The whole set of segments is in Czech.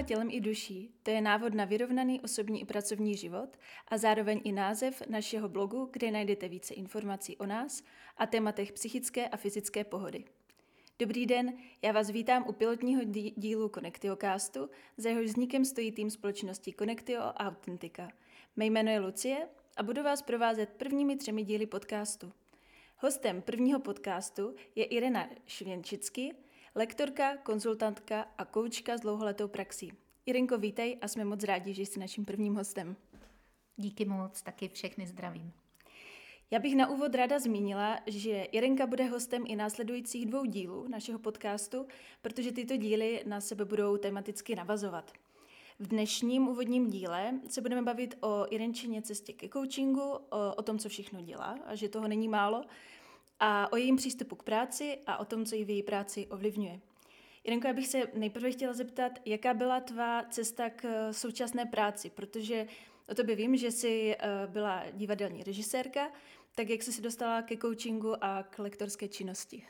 tělem i duší, to je návod na vyrovnaný osobní i pracovní život a zároveň i název našeho blogu, kde najdete více informací o nás a tématech psychické a fyzické pohody. Dobrý den, já vás vítám u pilotního dílu ConnectioCastu, za jehož vznikem stojí tým společnosti Connectio a Authentica. Mé jméno je Lucie a budu vás provázet prvními 3 díly podcastu. Hostem prvního podcastu je Irena Švěnčicky, lektorka, konzultantka a koučka s dlouholetou praxí. Irenko, vítej a jsme moc rádi, že jsi naším prvním hostem. Díky moc, taky všechny zdravím. Já bych na úvod ráda zmínila, že Irenka bude hostem i následujících 2 dílů našeho podcastu, protože tyto díly na sebe budou tematicky navazovat. V dnešním úvodním díle se budeme bavit o Irenčině cestě ke coachingu, o tom, co všechno dělá a že toho není málo, a o jejím přístupu k práci a o tom, co ji v její práci ovlivňuje. Irenko, já bych se nejprve chtěla zeptat, jaká byla tvá cesta k současné práci, protože o tobě vím, že jsi byla divadelní režisérka, tak jak jsi se dostala ke coachingu a k lektorské činnosti?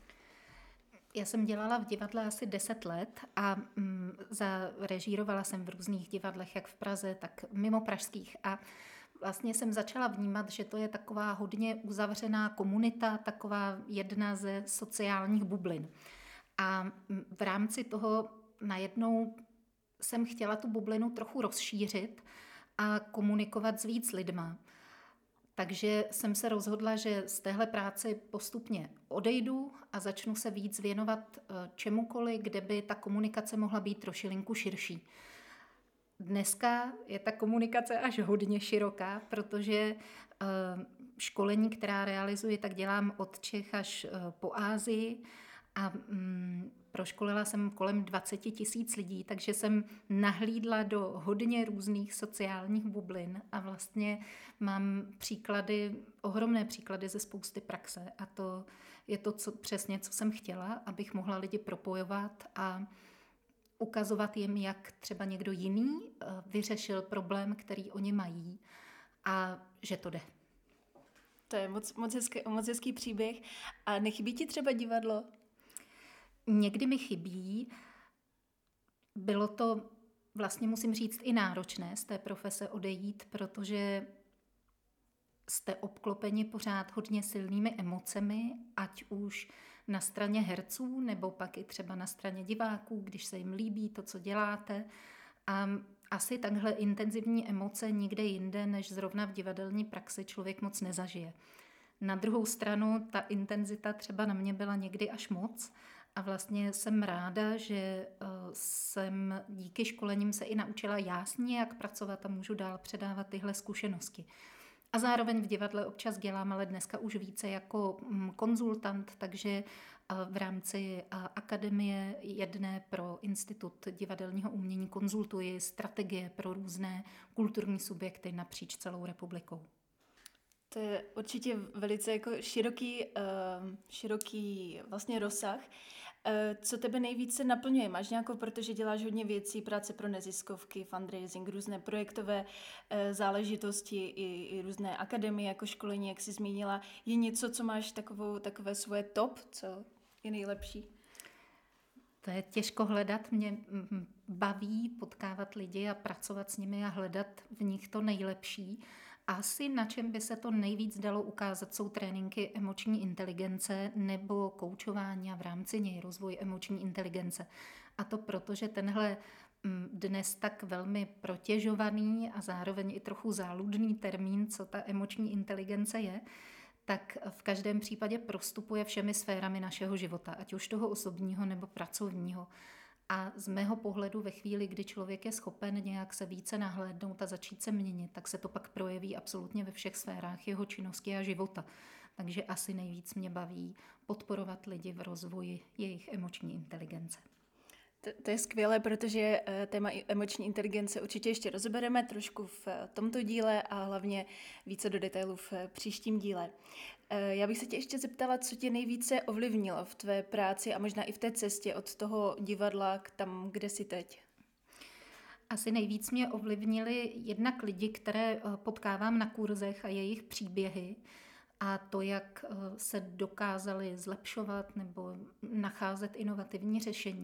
Já jsem dělala v divadle asi 10 let a zarežírovala jsem v různých divadlech, jak v Praze, tak mimo pražských. A vlastně jsem začala vnímat, že to je taková hodně uzavřená komunita, taková jedna ze sociálních bublin. A v rámci toho najednou jsem chtěla tu bublinu trochu rozšířit a komunikovat s víc lidma. Takže jsem se rozhodla, že z téhle práce postupně odejdu a začnu se víc věnovat čemukoliv, kde by ta komunikace mohla být trošilinku širší. Dneska je ta komunikace až hodně široká, protože školení, která realizuji, tak dělám od Čech až po Asii a proškolila jsem kolem 20 000 lidí, takže jsem nahlídla do hodně různých sociálních bublin a vlastně mám ohromné příklady ze spousty praxe a to je to, přesně, co jsem chtěla, abych mohla lidi propojovat a ukazovat jim, jak třeba někdo jiný vyřešil problém, který oni mají a že to jde. To je moc hezký příběh. A nechybí ti třeba divadlo? Někdy mi chybí. Bylo to, vlastně musím říct, i náročné z té profese odejít, protože jste obklopeni pořád hodně silnými emocemi, ať už na straně herců, nebo pak i třeba na straně diváků, když se jim líbí to, co děláte. A asi takhle intenzivní emoce nikde jinde, než zrovna v divadelní praxi, člověk moc nezažije. Na druhou stranu ta intenzita třeba na mě byla někdy až moc a vlastně jsem ráda, že jsem díky školením se i naučila já s ní, jak pracovat a můžu dál předávat tyhle zkušenosti. A zároveň v divadle občas dělám, ale dneska už více jako konzultant, takže v rámci akademie jedné pro Institut divadelního umění konzultuji strategie pro různé kulturní subjekty napříč celou republikou. To je určitě velice jako široký vlastně rozsah. Co tebe nejvíce naplňuje? Máš nějakou, protože děláš hodně věcí, práce pro neziskovky, fundraising, různé projektové záležitosti i různé akademie jako školení, jak jsi zmínila. Je něco, co máš takové svoje top, co je nejlepší? To je těžko hledat. Mě baví potkávat lidi a pracovat s nimi a hledat v nich to nejlepší. Asi na čem by se to nejvíc dalo ukázat, jsou tréninky emoční inteligence nebo koučování a v rámci něj rozvoj emoční inteligence. A to proto, že tenhle dnes tak velmi protěžovaný a zároveň i trochu záludný termín, co ta emoční inteligence je, tak v každém případě prostupuje všemi sférami našeho života, ať už toho osobního nebo pracovního. A z mého pohledu ve chvíli, kdy člověk je schopen nějak se více nahlédnout a začít se měnit, tak se to pak projeví absolutně ve všech sférách jeho činnosti a života. Takže asi nejvíc mě baví podporovat lidi v rozvoji jejich emoční inteligence. To je skvělé, protože téma emoční inteligence určitě ještě rozebereme trošku v tomto díle a hlavně více do detailů v příštím díle. Já bych se tě ještě zeptala, co tě nejvíce ovlivnilo v tvé práci a možná i v té cestě od toho divadla k tam, kde jsi teď. Asi nejvíc mě ovlivnili jednak lidi, které potkávám na kurzech a jejich příběhy a to, jak se dokázali zlepšovat nebo nacházet inovativní řešení.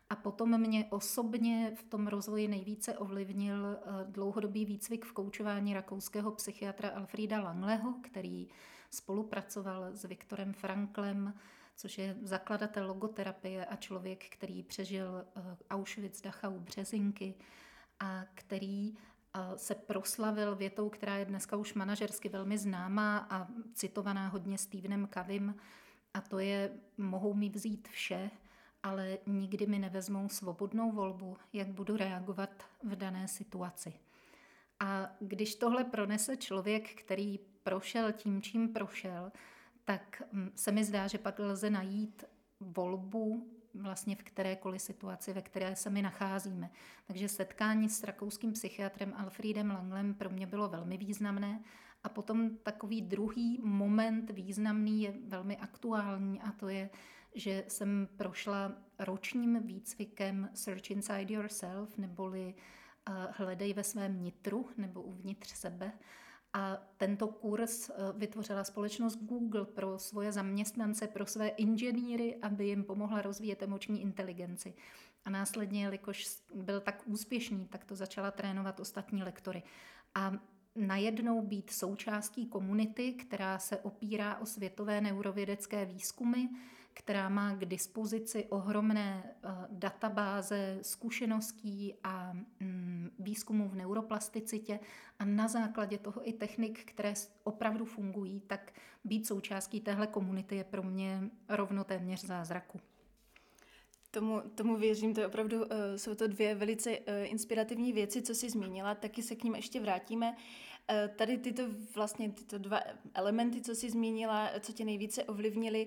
A potom mě osobně v tom rozvoji nejvíce ovlivnil dlouhodobý výcvik v koučování rakouského psychiatra Alfreda Langleho, který spolupracoval s Viktorem Franklem, což je zakladatel logoterapie a člověk, který přežil Auschwitz, Dachau, Březinky a který se proslavil větou, která je dneska už manažersky velmi známá a citovaná hodně Stephenem Coveym, a to je: mohou mi vzít vše, ale nikdy mi nevezmou svobodnou volbu, jak budu reagovat v dané situaci. A když tohle pronese člověk, který prošel tím, čím prošel, tak se mi zdá, že pak lze najít volbu vlastně v kterékoliv situaci, ve které se my nacházíme. Takže setkání s rakouským psychiatrem Alfredem Langlem pro mě bylo velmi významné. A potom takový druhý moment významný je velmi aktuální, a to je, že jsem prošla ročním výcvikem Search Inside Yourself, neboli hledej ve svém nitru nebo uvnitř sebe. A tento kurz vytvořila společnost Google pro svoje zaměstnance, pro své inženýry, aby jim pomohla rozvíjet emoční inteligenci. A následně, jelikož byl tak úspěšný, tak to začala trénovat ostatní lektory. A najednou být součástí komunity, která se opírá o světové neurovědecké výzkumy, která má k dispozici ohromné databáze zkušeností a výzkumů v neuroplasticitě a na základě toho i technik, které opravdu fungují, tak být součástí téhle komunity je pro mě rovno téměř zázraku. Tomu věřím, to je opravdu, jsou to dvě velice inspirativní věci, co jsi zmínila, taky se k ním ještě vrátíme. Tady tyto dva elementy, co jsi zmínila, co tě nejvíce ovlivnili,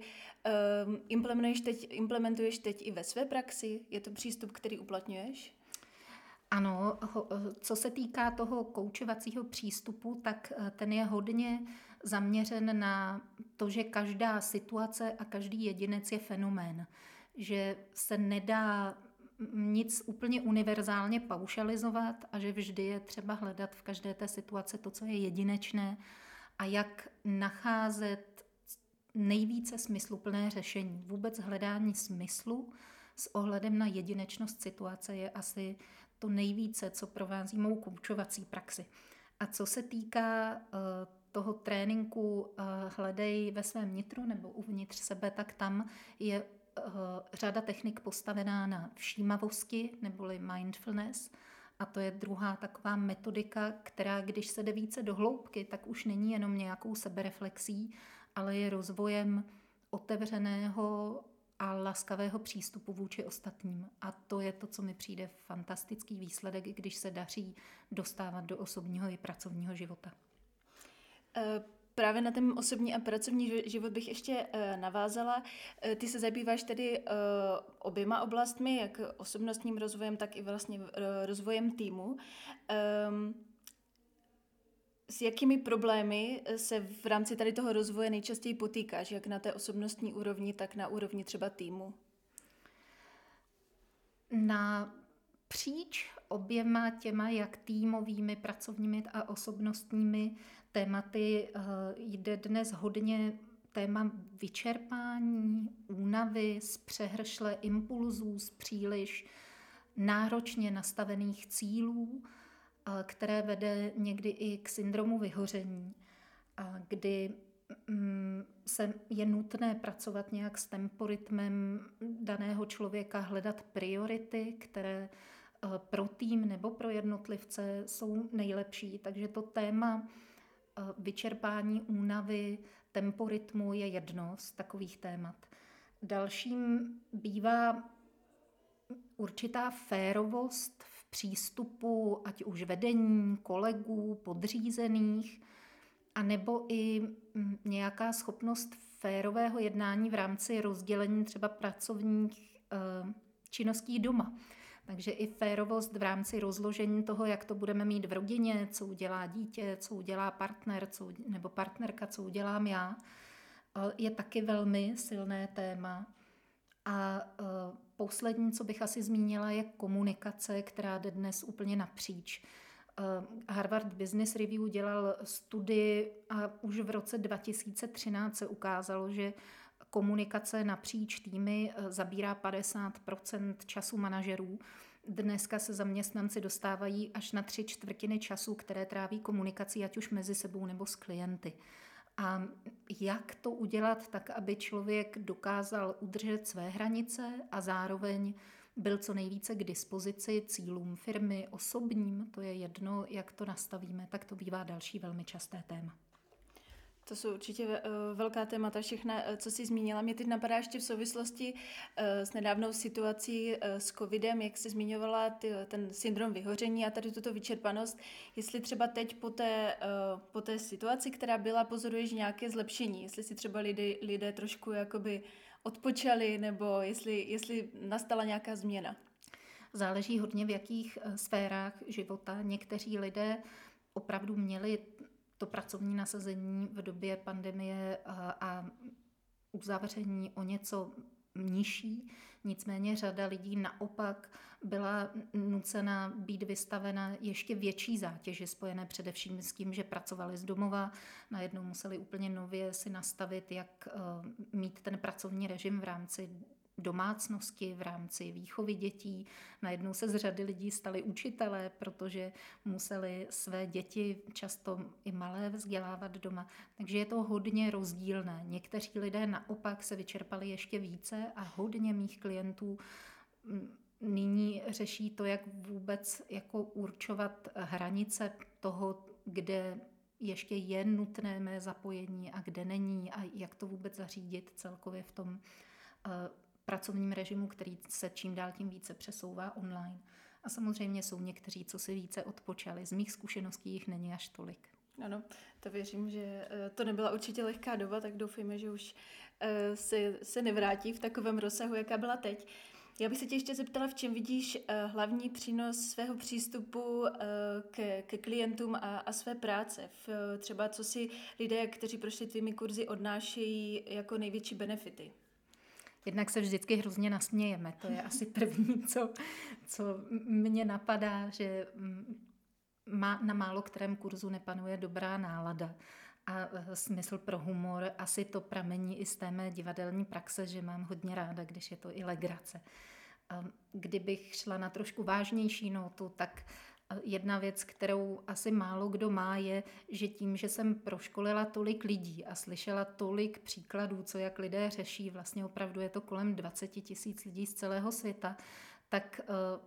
implementuješ teď i ve své praxi? Je to přístup, který uplatňuješ? Ano, co se týká toho koučovacího přístupu, tak ten je hodně zaměřen na to, že každá situace a každý jedinec je fenomén. Že se nedá nic úplně univerzálně paušalizovat a že vždy je třeba hledat v každé té situaci to, co je jedinečné a jak nacházet nejvíce smysluplné řešení. Vůbec hledání smyslu s ohledem na jedinečnost situace je asi to nejvíce, co provází mou koučovací praxi. A co se týká toho tréninku hledej ve svém nitru nebo uvnitř sebe, tak tam je řada technik postavená na všímavosti neboli mindfulness. A to je druhá taková metodika, která, když se jde více do hloubky, tak už není jenom nějakou sebereflexí, ale je rozvojem otevřeného a laskavého přístupu vůči ostatním. A to je to, co mi přijde fantastický výsledek, když se daří dostávat do osobního i pracovního života. Právě na ten osobní a pracovní život bych ještě navázala. Ty se zabýváš tedy oběma oblastmi, jak osobnostním rozvojem, tak i vlastně rozvojem týmu. S jakými problémy se v rámci tady toho rozvoje nejčastěji potýkáš, jak na té osobnostní úrovni, tak na úrovni třeba týmu? Napříč oběma těma, jak týmovými, pracovními a osobnostními tématy jde dnes hodně téma vyčerpání, únavy, z přehršle impulzů, z příliš náročně nastavených cílů, které vede někdy i k syndromu vyhoření, kdy je nutné pracovat nějak s temporitmem daného člověka, hledat priority, které pro tým nebo pro jednotlivce jsou nejlepší. Takže to téma vyčerpání, únavy, temporitmu je jedno z takových témat. Dalším bývá určitá férovost v přístupu, ať už vedení, kolegů, podřízených, anebo i nějaká schopnost férového jednání v rámci rozdělení třeba pracovních činností doma. Takže i férovost v rámci rozložení toho, jak to budeme mít v rodině, co udělá dítě, co udělá partner nebo partnerka, co udělám já, je taky velmi silné téma. A poslední, co bych asi zmínila, je komunikace, která jde dnes úplně napříč. Harvard Business Review dělal studii a už v roce 2013 se ukázalo, že komunikace napříč týmy zabírá 50% času manažerů. Dneska se zaměstnanci dostávají až na 3/4 času, které tráví komunikací, ať už mezi sebou nebo s klienty. A jak to udělat tak, aby člověk dokázal udržet své hranice a zároveň byl co nejvíce k dispozici cílům firmy, osobním, to je jedno, jak to nastavíme, tak to bývá další velmi časté téma. To jsou určitě velká témata všechna, co jsi zmínila. Mě teď napadá ještě v souvislosti s nedávnou situací s covidem, jak jsi zmiňovala ten syndrom vyhoření a tady tuto vyčerpanost. Jestli třeba teď po té situaci, která byla, pozoruješ nějaké zlepšení, jestli si třeba lidé trošku jakoby odpočali, nebo jestli nastala nějaká změna. Záleží hodně v jakých sférách života. Někteří lidé opravdu měli to pracovní nasazení v době pandemie a uzavření o něco nižší. Nicméně řada lidí naopak byla nucena být vystavena ještě větší zátěži, spojené především s tím, že pracovali z domova. Najednou museli úplně nově si nastavit, jak mít ten pracovní režim v rámci domácnosti, v rámci výchovy dětí. Najednou se z řady lidí stali učitelé, protože museli své děti, často i malé, vzdělávat doma. Takže je to hodně rozdílné. Někteří lidé naopak se vyčerpali ještě více a hodně mých klientů nyní řeší to, jak vůbec jako určovat hranice toho, kde ještě je nutné mé zapojení a kde není a jak to vůbec zařídit celkově v tom pracovním režimu, který se čím dál tím více přesouvá online. A samozřejmě jsou někteří, co si více odpočali. Z mých zkušeností jich není až tolik. Ano, to věřím, že to nebyla určitě lehká doba, tak doufejme, že už se nevrátí v takovém rozsahu, jaká byla teď. Já bych se tě ještě zeptala, v čem vidíš hlavní přínos svého přístupu ke klientům a své práce. Třeba co si lidé, kteří prošli tvými kurzy, odnášejí jako největší benefity. Jednak se vždycky hrozně nasmějeme. To je asi první, co mě napadá, že na málo kterém kurzu nepanuje dobrá nálada a smysl pro humor. Asi to pramení i z té mé divadelní praxe, že mám hodně ráda, když je to i legrace. Kdybych šla na trošku vážnější notu, tak jedna věc, kterou asi málo kdo má, je, že tím, že jsem proškolila tolik lidí a slyšela tolik příkladů, co jak lidé řeší, vlastně opravdu je to kolem 20 000 lidí z celého světa, tak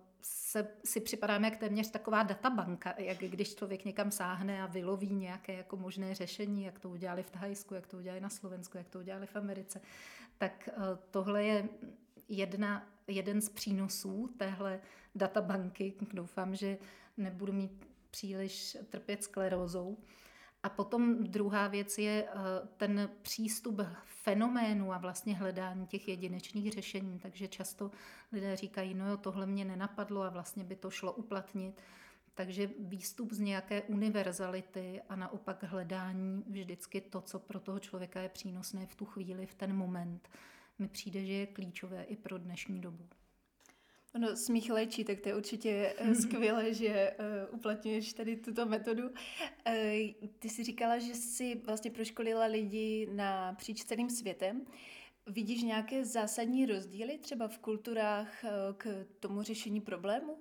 si připadám jak téměř taková databanka, jak když člověk někam sáhne a vyloví nějaké jako možné řešení, jak to udělali v Thajsku, jak to udělali na Slovensku, jak to udělali v Americe. Tak tohle je jeden z přínosů téhle databanky. Doufám, že nebudu mít příliš trpět sklerózou. A potom druhá věc je ten přístup fenoménu a vlastně hledání těch jedinečných řešení. Takže často lidé říkají, no jo, tohle mě nenapadlo a vlastně by to šlo uplatnit. Takže výstup z nějaké univerzality a naopak hledání vždycky to, co pro toho člověka je přínosné v tu chvíli, v ten moment, mi přijde, že je klíčové i pro dnešní dobu. Ono, smích léčí, tak to je určitě skvělé, že uplatňuješ tady tuto metodu. Ty jsi říkala, že jsi vlastně proškolila lidi napříč celým světem. Vidíš nějaké zásadní rozdíly třeba v kulturách k tomu řešení problému?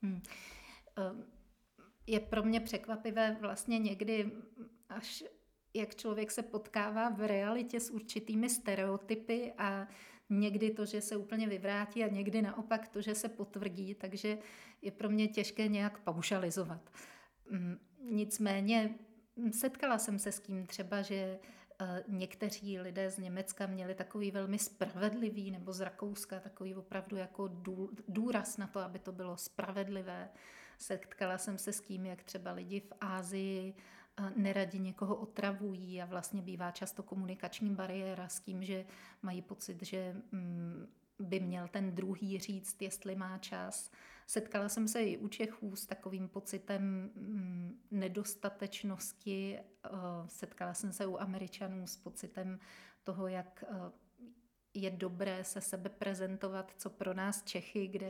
Je pro mě překvapivé vlastně někdy, až jak člověk se potkává v realitě s určitými stereotypy a někdy to, že se úplně vyvrátí a někdy naopak to, že se potvrdí, takže je pro mě těžké nějak paušalizovat. Nicméně setkala jsem se s tím třeba, že někteří lidé z Německa měli takový velmi spravedlivý, nebo z Rakouska takový opravdu jako důraz na to, aby to bylo spravedlivé. Setkala jsem se s tím, jak třeba lidi v Asii neradi někoho otravují a vlastně bývá často komunikační bariéra s tím, že mají pocit, že by měl ten druhý říct, jestli má čas. Setkala jsem se i u Čechů s takovým pocitem nedostatečnosti. Setkala jsem se u Američanů s pocitem toho, jak je dobré se sebe prezentovat, co pro nás Čechy, kde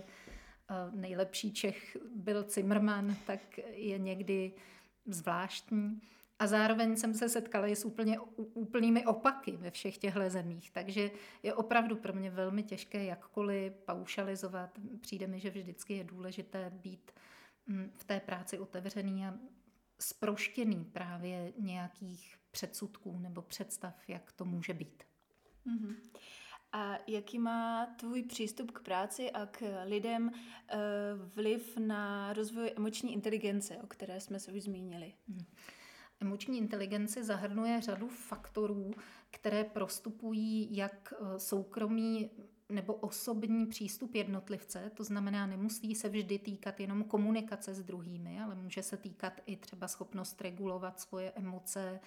nejlepší Čech byl Cimrman, tak je někdy zvláštní. A zároveň jsem se setkala i s úplnými opaky ve všech těchto zemích. Takže je opravdu pro mě velmi těžké jakkoliv paušalizovat. Přijde mi, že vždycky je důležité být v té práci otevřený a zproštěný právě nějakých předsudků nebo představ, jak to může být. Mm-hmm. A jaký má tvůj přístup k práci a k lidem vliv na rozvoj emoční inteligence, o které jsme se už zmínili? Emoční inteligence zahrnuje řadu faktorů, které prostupují jak soukromý nebo osobní přístup jednotlivce, to znamená, nemusí se vždy týkat jenom komunikace s druhými, ale může se týkat i třeba schopnost regulovat svoje emoce,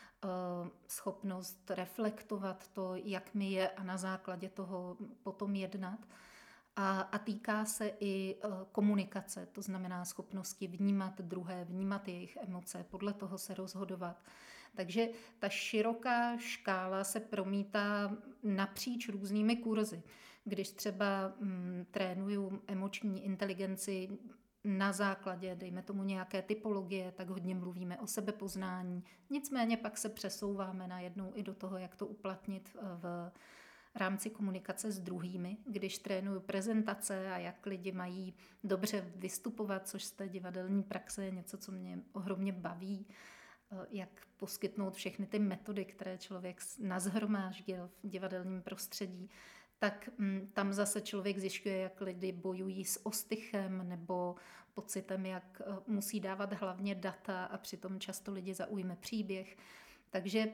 schopnost reflektovat to, jak mi je a na základě toho potom jednat. A týká se i komunikace, to znamená schopnosti vnímat druhé, vnímat jejich emoce, podle toho se rozhodovat. Takže ta široká škála se promítá napříč různými kurzy. Když třeba trénuju emoční inteligenci na základě, dejme tomu nějaké typologie, tak hodně mluvíme o sebepoznání. Nicméně pak se přesouváme najednou i do toho, jak to uplatnit v rámci komunikace s druhými, když trénuju prezentace a jak lidi mají dobře vystupovat, což z té divadelní praxe je něco, co mě ohromně baví, jak poskytnout všechny ty metody, které člověk nashromáždil v divadelním prostředí, tak tam zase člověk zjišťuje, jak lidi bojují s ostychem nebo pocitem, jak musí dávat hlavně data a přitom často lidi zaujme příběh. Takže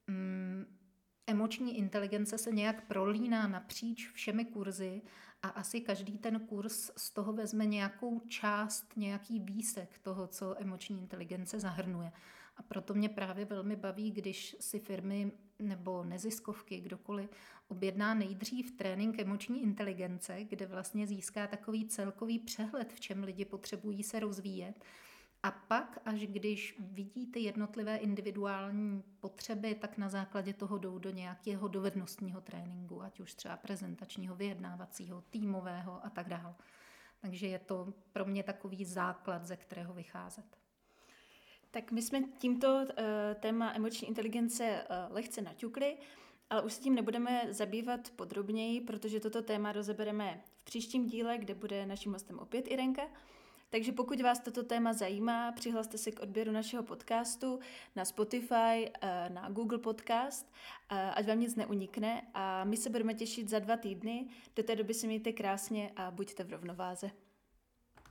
emoční inteligence se nějak prolíná napříč všemi kurzy a asi každý ten kurz z toho vezme nějakou část, nějaký výsek toho, co emoční inteligence zahrnuje. A proto mě právě velmi baví, když si firmy nebo neziskovky, kdokoliv, objedná nejdřív trénink emoční inteligence, kde vlastně získá takový celkový přehled, v čem lidi potřebují se rozvíjet. A pak, až když vidí ty jednotlivé individuální potřeby, tak na základě toho jdou do nějakého dovednostního tréninku, ať už třeba prezentačního, vyjednávacího, týmového a tak dále. Takže je to pro mě takový základ, ze kterého vycházet. Tak my jsme tímto téma emoční inteligence lehce naťukli, ale už se tím nebudeme zabývat podrobněji, protože toto téma rozebereme v příštím díle, kde bude naším hostem opět Irenka. Takže pokud vás toto téma zajímá, přihlaste se k odběru našeho podcastu na Spotify, na Google Podcast, ať vám nic neunikne a my se budeme těšit za 2 týdny. Do té doby se mějte krásně a buďte v rovnováze.